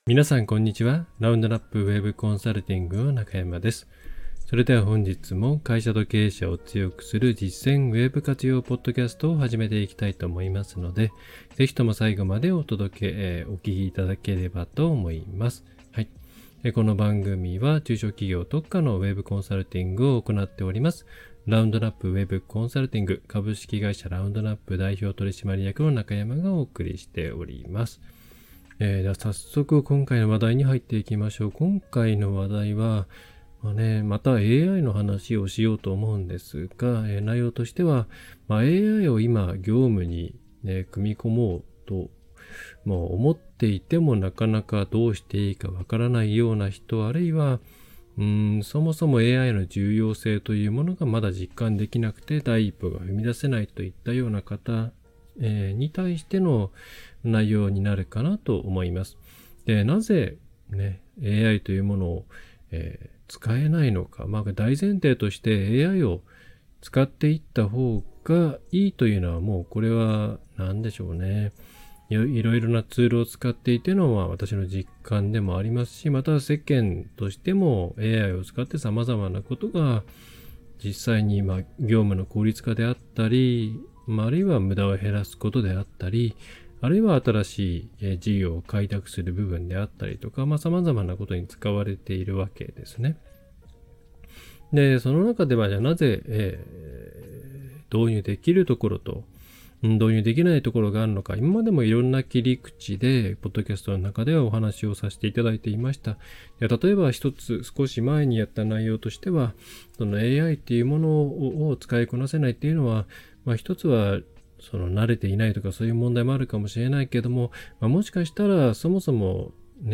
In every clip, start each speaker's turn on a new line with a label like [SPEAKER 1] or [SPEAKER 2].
[SPEAKER 1] 皆さんこんにちは。ラウンドナップウェブコンサルティングの中山です。それでは本日も会社と経営者を強くする実践ウェブ活用ポッドキャストを始めていきたいと思いますので、ぜひとも最後までお聞きいただければと思います。はい。この番組は中小企業特化のウェブコンサルティングを行っております。ラウンドナップウェブコンサルティング株式会社ラウンドナップ代表取締役の中山がお送りしております。では早速今回の話題に入っていきましょう。今回の話題は、また AI の話をしようと思うんですが、内容としては、AI を今業務に、組み込もうともう思っていてもなかなかどうしていいかわからないような人、あるいはそもそも AI の重要性というものがまだ実感できなくて第一歩が踏み出せないといったような方、に対しての内容になるかなと思います。で、なぜ、AI というものを、使えないのか、大前提として AI を使っていった方がいいというのはもうこれは何でしょうね。いろいろなツールを使っていての私の実感でもありますし、また世間としても AI を使って様々なことが実際に業務の効率化であったり、あるいは無駄を減らすことであったり、あるいは新しい事業を開拓する部分であったりとか、様々なことに使われているわけですね。で、その中ではじゃあなぜ、導入できるところと、導入できないところがあるのか、今までもいろんな切り口で、ポッドキャストの中ではお話をさせていただいていました。例えば一つ少し前にやった内容としては、その AI っていうものを使いこなせないっていうのは、一つはその慣れていないとかそういう問題もあるかもしれないけども、もしかしたらそもそも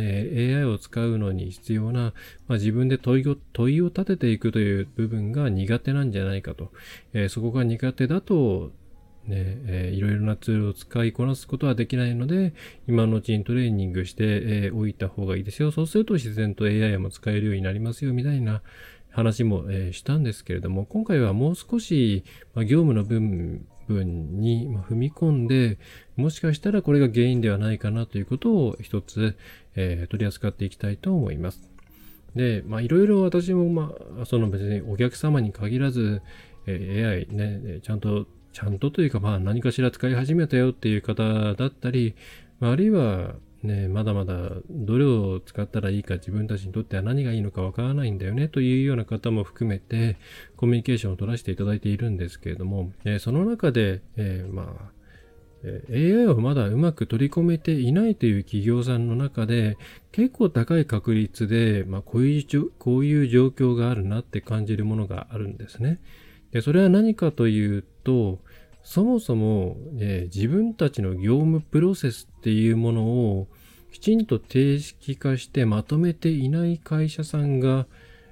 [SPEAKER 1] AI を使うのに必要な、自分で問いを立てていくという部分が苦手なんじゃないかと。そこが苦手だと、いろいろなツールを使いこなすことはできないので、今のうちにトレーニングしておいた方がいいですよ。そうすると自然と AI も使えるようになりますよ、みたいな話もしたんですけれども、今回はもう少し業務の部分に踏み込んで、もしかしたらこれが原因ではないかなということを一つ取り扱っていきたいと思います。で、いろいろ私もその別にお客様に限らず、AI ね、ちゃんとというか何かしら使い始めたよっていう方だったり、あるいはまだまだどれを使ったらいいか自分たちにとっては何がいいのかわからないんだよねというような方も含めてコミュニケーションを取らせていただいているんですけれども、その中で、AI をまだうまく取り込めていないという企業さんの中で結構高い確率で、こういう状況があるなって感じるものがあるんですね。で、それは何かというと、そもそも、自分たちの業務プロセスっていうものをきちんと定式化してまとめていない会社さんが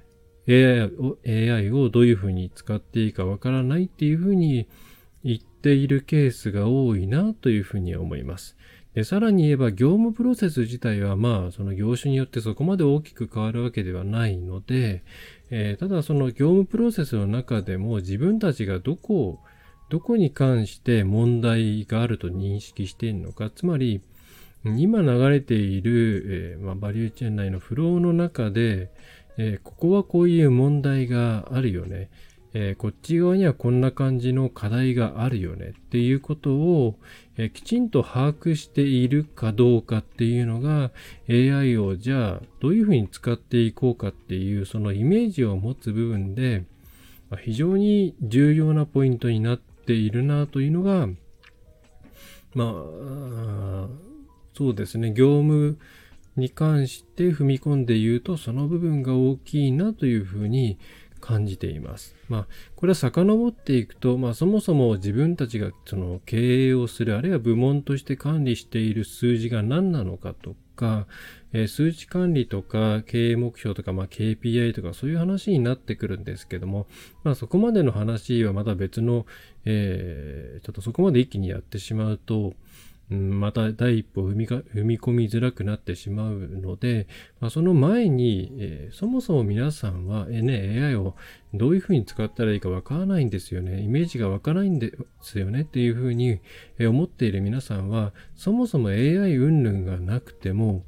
[SPEAKER 1] AI をどういうふうに使っていいかわからないっていうふうに言っているケースが多いなというふうに思います。で、さらに言えば業務プロセス自体はその業種によってそこまで大きく変わるわけではないので、ただその業務プロセスの中でも自分たちがどこに関して問題があると認識しているのか、つまり今流れている、バリューチェーン内のフローの中で、ここはこういう問題があるよね。こっち側にはこんな感じの課題があるよねっていうことを、きちんと把握しているかどうかっていうのが AI をじゃあどういうふうに使っていこうかっていうそのイメージを持つ部分で非常に重要なポイントになっているなというのがそうですね、業務に関して踏み込んで言うとその部分が大きいなというふうに感じています。これは遡っていくと、そもそも自分たちがその経営をする、あるいは部門として管理している数字が何なのかとか、数値管理とか経営目標とか、KPI とかそういう話になってくるんですけども、そこまでの話はまた別の、ちょっとそこまで一気にやってしまうと、また第一歩踏み込みづらくなってしまうので、その前に、そもそも皆さんは、AI をどういうふうに使ったらいいかわからないんですよね。イメージがわからないんですよねっていうふうに思っている皆さんは、そもそも AI 云々がなくても、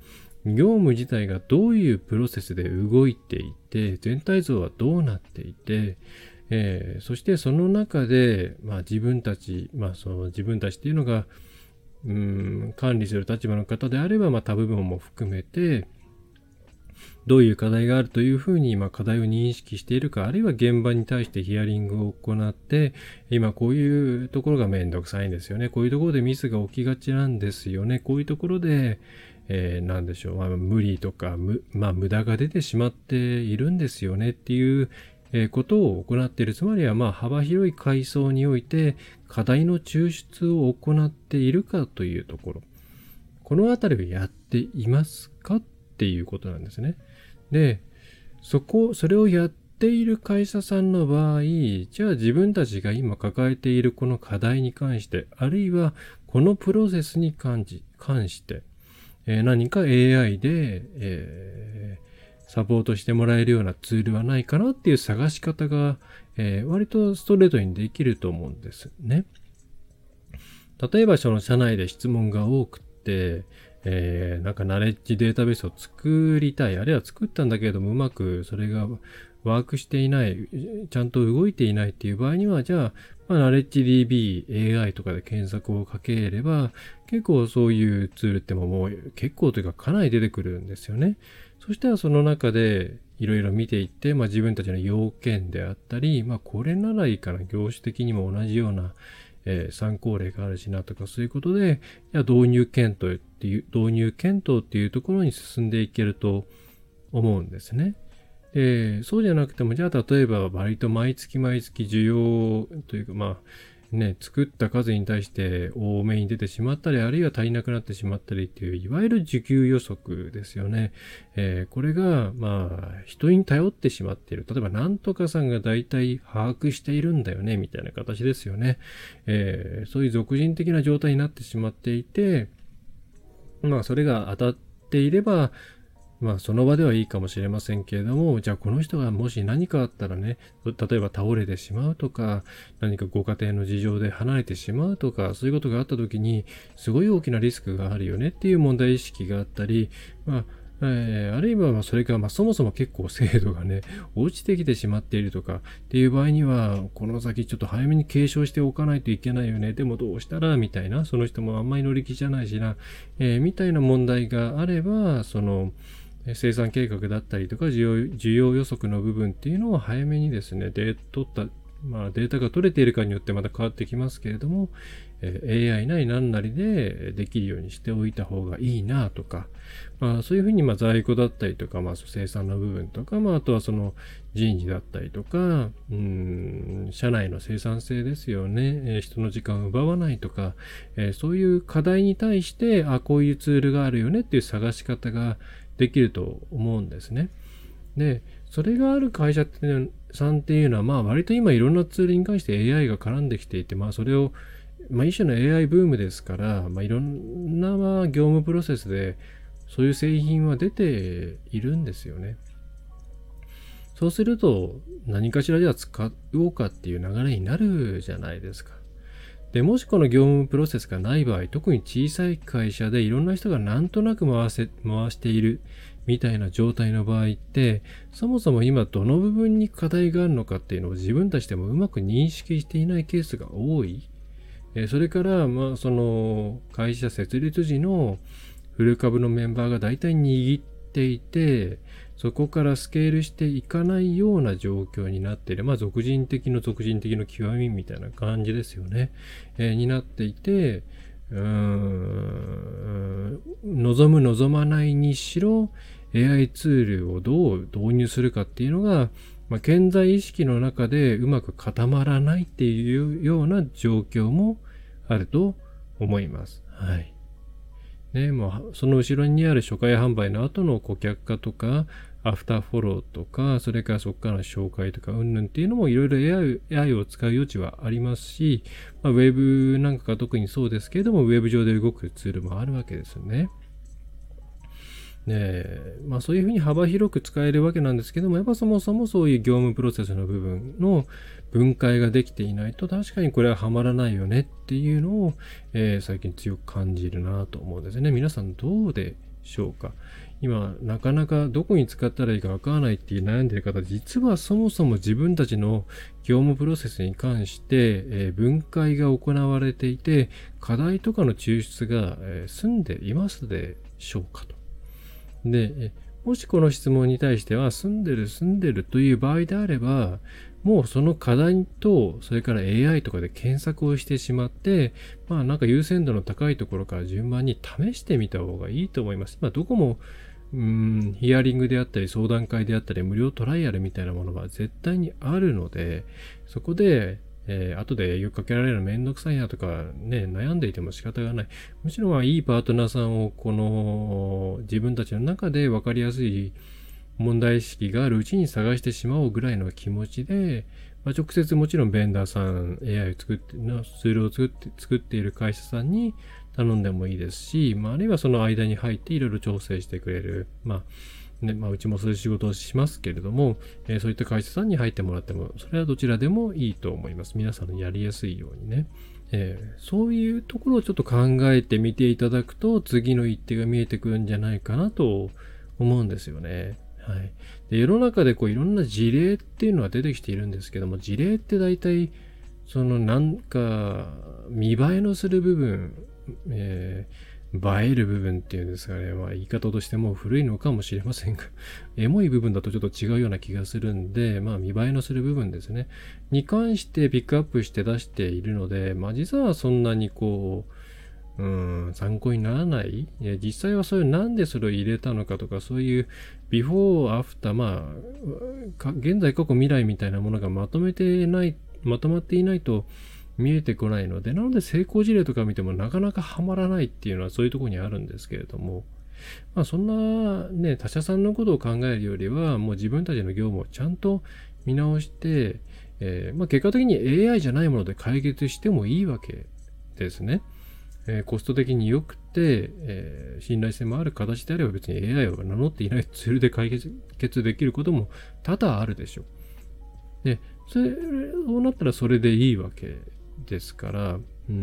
[SPEAKER 1] 業務自体がどういうプロセスで動いていて、全体像はどうなっていて、そしてその中で、自分たち、その自分たちっていうのが、管理する立場の方であれば、他部門も含めて、どういう課題があるというふうに課題を認識しているか、あるいは現場に対してヒアリングを行って、今こういうところがめんどくさいんですよね。こういうところでミスが起きがちなんですよね。こういうところで、なんでしょう、無理とか無駄が出てしまっているんですよねっていうことを行っている。つまりは幅広い階層において課題の抽出を行っているかというところ。このあたりをやっていますかっていうことなんですね。で、それをやっている会社さんの場合、じゃあ自分たちが今抱えているこの課題に関して、あるいはこのプロセスに関して、何か AI で、サポートしてもらえるようなツールはないかなっていう探し方が、割とストレートにできると思うんですね。例えばその社内で質問が多くて、なんかナレッジデータベースを作りたい、あるいは作ったんだけれどもうまくそれがワークしていない、ちゃんと動いていないっていう場合には、じゃあ、ナレッジ DB、AI とかで検索をかければ、結構そういうツールってもう結構というかかなり出てくるんですよね。そしたらその中でいろいろ見ていって、自分たちの要件であったり、これならいいかな、業種的にも同じような、参考例があるしなとかそういうことで、導入検討っていうところに進んでいけると思うんですね。そうじゃなくても、じゃあ例えば割と毎月需要というか、作った数に対して多めに出てしまったり、あるいは足りなくなってしまったりっていう、いわゆる需給予測ですよね。これが、人に頼ってしまっている。例えば、なんとかさんが大体把握しているんだよね、みたいな形ですよね。そういう俗人的な状態になってしまっていて、それが当たっていれば、その場ではいいかもしれませんけれども、じゃあこの人がもし何かあったらね、例えば倒れてしまうとか、何かご家庭の事情で離れてしまうとか、そういうことがあった時に、すごい大きなリスクがあるよねっていう問題意識があったり、あるいはそれがそもそも結構精度がね、落ちてきてしまっているとかっていう場合には、この先ちょっと早めに継承しておかないといけないよね。でもどうしたらみたいな、その人もあんまり乗り気じゃないしな、みたいな問題があれば、生産計画だったりとか需要予測の部分っていうのを早めにですね、データが取れているかによってまた変わってきますけれども、AI なり何なりでできるようにしておいた方がいいなとか、そういうふうに在庫だったりとか、生産の部分とか、あとはその人事だったりとか、社内の生産性ですよね、人の時間を奪わないとか、そういう課題に対して、こういうツールがあるよねっていう探し方ができると思うんですね。で、それがある会社さんっていうのは、割と今いろんなツールに関して AI が絡んできていて、それを、一種の AI ブームですから、いろんな業務プロセスでそういう製品は出ているんですよね。そうすると、何かしらじゃあ使おうかっていう流れになるじゃないですか。で、もしこの業務プロセスがない場合、特に小さい会社でいろんな人がなんとなく回しているみたいな状態の場合って、そもそも今どの部分に課題があるのかっていうのを自分たちでもうまく認識していないケースが多い。それから、その会社設立時のフル株のメンバーが大体握っていて、そこからスケールしていかないような状況になっている。俗人的の極みみたいな感じですよね。になっていて、望む望まないにしろ AI ツールをどう導入するかっていうのが、顕在意識の中でうまく固まらないっていうような状況もあると思います。はい。ね、その後ろにある初回販売の後の顧客化とか、アフターフォローとか、それからそこからの紹介とか、っていうのもいろいろ AI を使う余地はありますし、ウェブなんかが特にそうですけれども、ウェブ上で動くツールもあるわけですよね。そういうふうに幅広く使えるわけなんですけども、やっぱそもそもそういう業務プロセスの部分の分解ができていないと確かにこれはハマらないよねっていうのを、最近強く感じるなと思うんですね。皆さんどうでしょうか。今、なかなかどこに使ったらいいかわからないっていう悩んでいる方、実はそもそも自分たちの業務プロセスに関して、分解が行われていて、課題とかの抽出が、済んでいますでしょうかと。で、もしこの質問に対しては、済んでるという場合であれば、もうその課題と、それから AI とかで検索をしてしまって、なんか優先度の高いところから順番に試してみた方がいいと思います。どこも、ヒアリングであったり、相談会であったり、無料トライアルみたいなものは絶対にあるので、そこで、後で言いかけられるのめんどくさいなとかね、悩んでいても仕方がない。むしろいいパートナーさんをこの自分たちの中で分かりやすい問題意識があるうちに探してしまおうぐらいの気持ちで、直接もちろんベンダーさん、AI を作ってのツールを作っている会社さんに頼んでもいいですし、あるいはその間に入っていろいろ調整してくれる、うちもそういう仕事をしますけれども、そういった会社さんに入ってもらっても、それはどちらでもいいと思います。皆さんのやりやすいようにね。そういうところをちょっと考えてみていただくと、次の一手が見えてくるんじゃないかなと思うんですよね。はい。で、世の中でいろんな事例っていうのは出てきているんですけども、事例って大体、なんか、見栄えのする部分、映える部分っていうんですかね。言い方としてもう古いのかもしれませんが、エモい部分だとちょっと違うような気がするんで、見栄えのする部分ですね。に関してピックアップして出しているので、実はそんなに参考にならない。実際はなんでそれを入れたのかとか、そういうビフォー、アフター、現在、過去、未来みたいなものがまとまっていないと見えてこないので、なので成功事例とか見てもなかなかハマらないっていうのはそういうところにあるんですけれども、そんなね、他社さんのことを考えるよりは、もう自分たちの業務をちゃんと見直して、結果的に AI じゃないもので解決してもいいわけですね。コスト的に良くて、信頼性もある形であれば別に AI を名乗っていないツールで解決できることも多々あるでしょう。で、そうなったらそれでいいわけですから、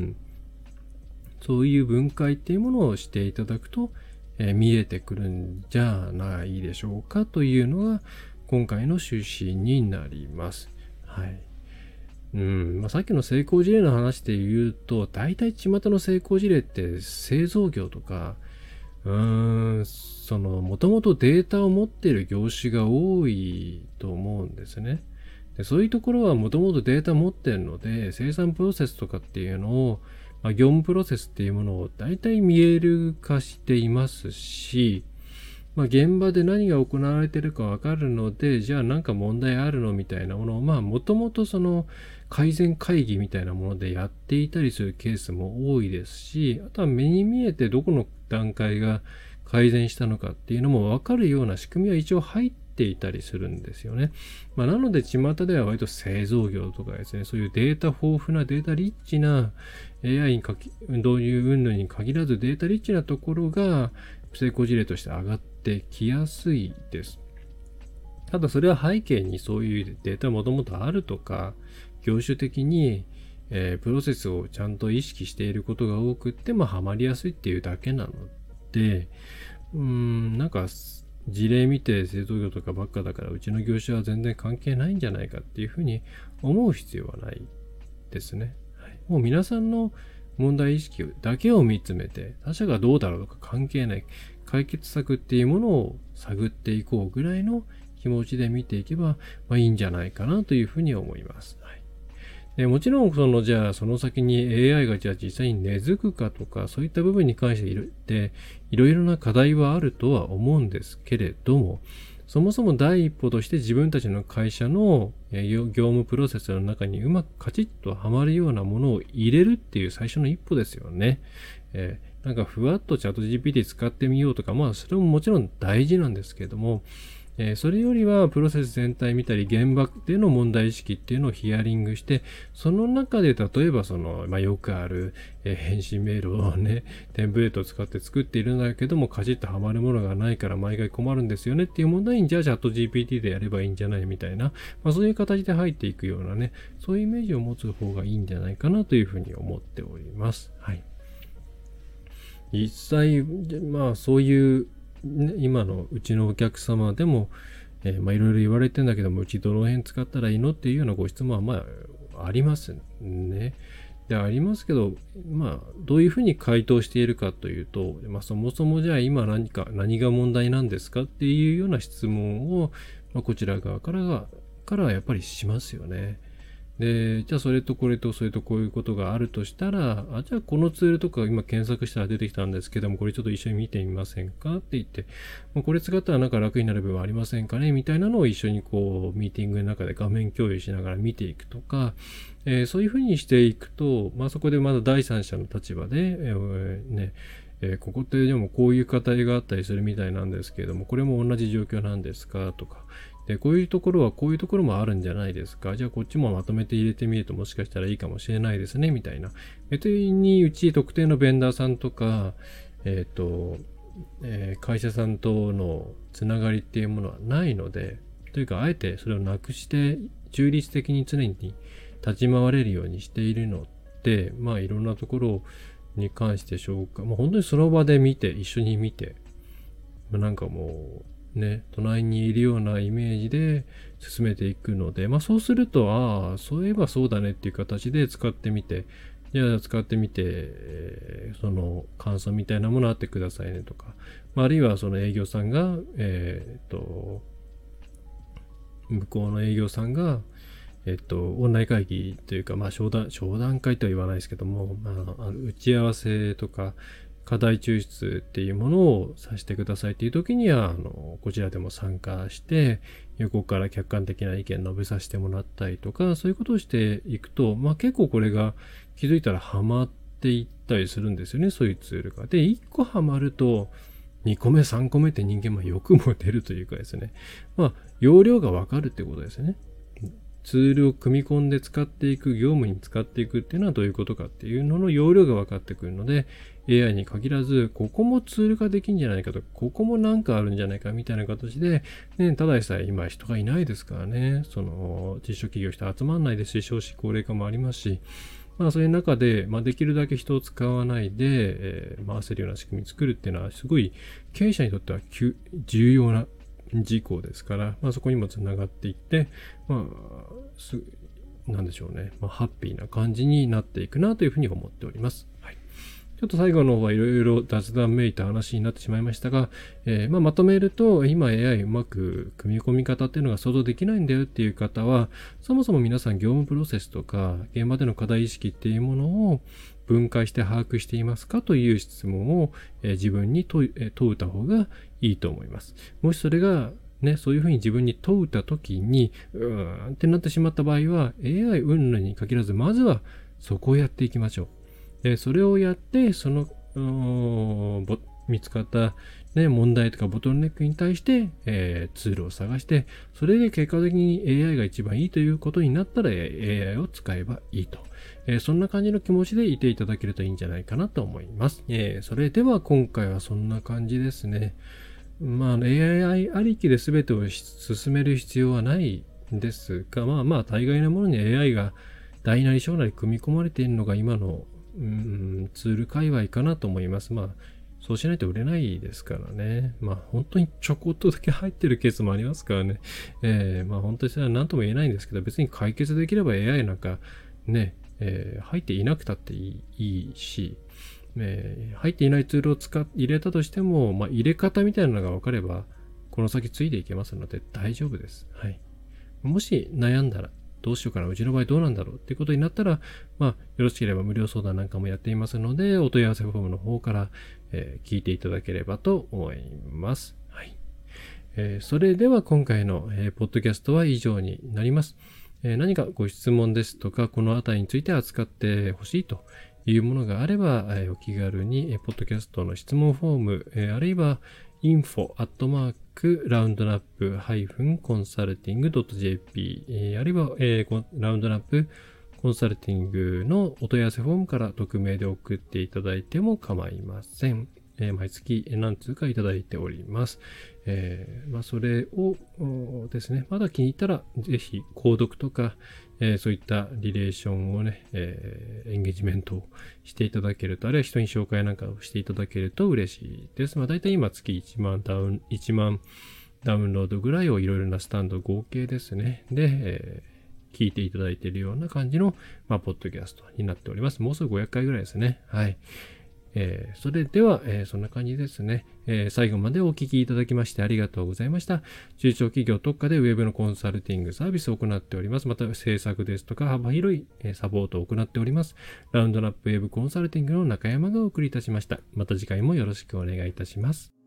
[SPEAKER 1] そういう分解っていうものをしていただくと、見えてくるんじゃないでしょうかというのが今回の趣旨になります。はい。さっきの成功事例の話で言うと、大体巷の成功事例って製造業とか、もともとデータを持っている業種が多いと思うんですね。でそういうところはもともとデータ持ってるので、生産プロセスとかっていうのを、業務プロセスっていうものを大体見える化していますし、現場で何が行われているかわかるので、じゃあなんか問題あるのみたいなものを、もともと改善会議みたいなものでやっていたりするケースも多いですし、あとは目に見えてどこの段階が改善したのかっていうのもわかるような仕組みは一応入っていたりするんですよね。なので巷では割と製造業とかですね、そういうデータ豊富なデータリッチな AI に導入云々に限らずデータリッチなところが成功事例として上がってきやすいです。ただそれは背景にそういうデータもともとあるとか、業種的に、プロセスをちゃんと意識していることが多くってもハマりやすいっていうだけなので、なんか事例見て製造業とかばっかだからうちの業種は全然関係ないんじゃないかっていうふうに思う必要はないですね。はい、もう皆さんの問題意識だけを見つめて、他者がどうだろうとか関係ない解決策っていうものを探っていこうぐらいの気持ちで見ていけば、いいんじゃないかなというふうに思います。はい、でもちろんじゃあその先に AI がじゃあ実際に根付くかとかそういった部分に関していろいろな課題はあるとは思うんですけれども、そもそも第一歩として自分たちの会社の業務プロセスの中にうまくカチッとはまるようなものを入れるっていう最初の一歩ですよね。なんかふわっとチャット GPT 使ってみようとか、それももちろん大事なんですけれども、それよりはプロセス全体見たり現場での問題意識っていうのをヒアリングして、その中で例えばよくある、返信メールをね、テンプレートを使って作っているんだけどもカチッとはまるものがないから毎回困るんですよねっていう問題にじゃあチャット GPT でやればいいんじゃないみたいな、そういう形で入っていくようなね、そういうイメージを持つ方がいいんじゃないかなというふうに思っております。はい。 実際、そういう、ね、今のうちのお客様でも、いろいろ言われてんだけども、うちどの辺使ったらいいのっていうようなご質問はありますね。で、ありますけど、どういうふうに回答しているかというと、そもそもじゃあ今何が問題なんですかっていうような質問を、こちら側からはやっぱりしますよね。で、じゃあそれとこれとそれとこういうことがあるとしたら、じゃあこのツールとか今検索したら出てきたんですけども、これちょっと一緒に見てみませんかって言って、これ使ったらなんか楽になる部分ありませんかねみたいなのを一緒にミーティングの中で画面共有しながら見ていくとか、そういうふうにしていくと、そこでまだ第三者の立場で、ここってでもこういう課題があったりするみたいなんですけれども、これも同じ状況なんですかとか、で、こういうところはこういうところもあるんじゃないですか。じゃあこっちもまとめて入れてみるともしかしたらいいかもしれないですね、みたいな。別にうち特定のベンダーさんとか、会社さんとのつながりっていうものはないので、というかあえてそれをなくして中立的に常に立ち回れるようにしているので、いろんなところに関して紹介、本当にその場で見て、一緒に見て、なんかもうね、隣にいるようなイメージで進めていくので、そうすると、そういえばそうだねっていう形で使ってみて、じゃあ使ってみて、その感想みたいなものあってくださいねとか、あるいはその営業さんが、向こうの営業さんが、オンライン会議というか、商談会とは言わないですけども、打ち合わせとか、課題抽出っていうものをさせてくださいっていう時には、こちらでも参加して、横から客観的な意見述べさせてもらったりとか、そういうことをしていくと、結構これが気づいたらハマっていったりするんですよね、そういうツールが。で、1個ハマると、2個目、3個目って人間欲も出るというかですね。容量がわかるってことですよね。ツールを組み込んで使っていく、業務に使っていくっていうのはどういうことかっていうのの容量が分かってくるので、AI に限らず、ここもツール化できんじゃないかとか、ここもなんかあるんじゃないかみたいな形で、ただでさえ今人がいないですからね、実証企業人集まんないですし、少子高齢化もありますし、そういう中で、できるだけ人を使わないで、回せるような仕組みを作るっていうのは、すごい経営者にとっては重要な事項ですから、そこにもつながっていって、なんでしょうね、ハッピーな感じになっていくなというふうに思っております。はい。ちょっと最後の方はいろいろ雑談めいた話になってしまいましたが、まとめると、今 AI うまく組み込み方っていうのが想像できないんだよっていう方は、そもそも皆さん業務プロセスとか、現場での課題意識っていうものを分解して把握していますかという質問を、自分に問うた方がいいと思います。もしそれがそういうふうに自分に問うたときに、ってなってしまった場合は、AI 云々に限らず、まずはそこをやっていきましょう。それをやって、その、見つかった、問題とかボトルネックに対して、ツールを探して、それで結果的に AI が一番いいということになったら AI を使えばいいと。そんな感じの気持ちでいていただけるといいんじゃないかなと思います。それでは今回はそんな感じですね。AI ありきで全てを進める必要はないんですが、大概のものに AI が大なり小なり組み込まれているのが今のツール界隈かなと思います。そうしないと売れないですからね。本当にちょこっとだけ入ってるケースもありますからね。本当にそれは何とも言えないんですけど、別に解決できれば AI なんかね、入っていなくたっていいし、入っていないツールを入れたとしても、入れ方みたいなのが分かれば、この先ついていけますので大丈夫です。はい。もし悩んだら、どうしようかな、うちの場合どうなんだろうっていうことになったら、よろしければ無料相談なんかもやっていますので、お問い合わせフォームの方から、聞いていただければと思います。はい。それでは今回の、ポッドキャストは以上になります。何かご質問ですとか、このあたりについて扱ってほしいというものがあれば、お気軽に、ポッドキャストの質問フォーム、あるいは info@roundnap-consulting.jp、あるいは、ラウンドナップコンサルティングのお問い合わせフォームから匿名で送っていただいても構いません。 毎月何通かいただいております。それをですね、まだ気に入ったら、ぜひ購読とか、そういったリレーションをね、エンゲージメントをしていただけると、あるいは人に紹介なんかをしていただけると嬉しいです。だいたい今月1万ダウンロードぐらいをいろいろなスタンド合計ですね。で、聞いていただいているような感じの、ポッドキャストになっております。もうすぐ500回ぐらいですね。はい。それでは、そんな感じですね。最後までお聞きいただきましてありがとうございました。中小企業特化でウェブのコンサルティングサービスを行っております。また制作ですとか幅広いサポートを行っております。ラウンドナップウェブコンサルティングの中山がお送りいたしました。また次回もよろしくお願いいたします。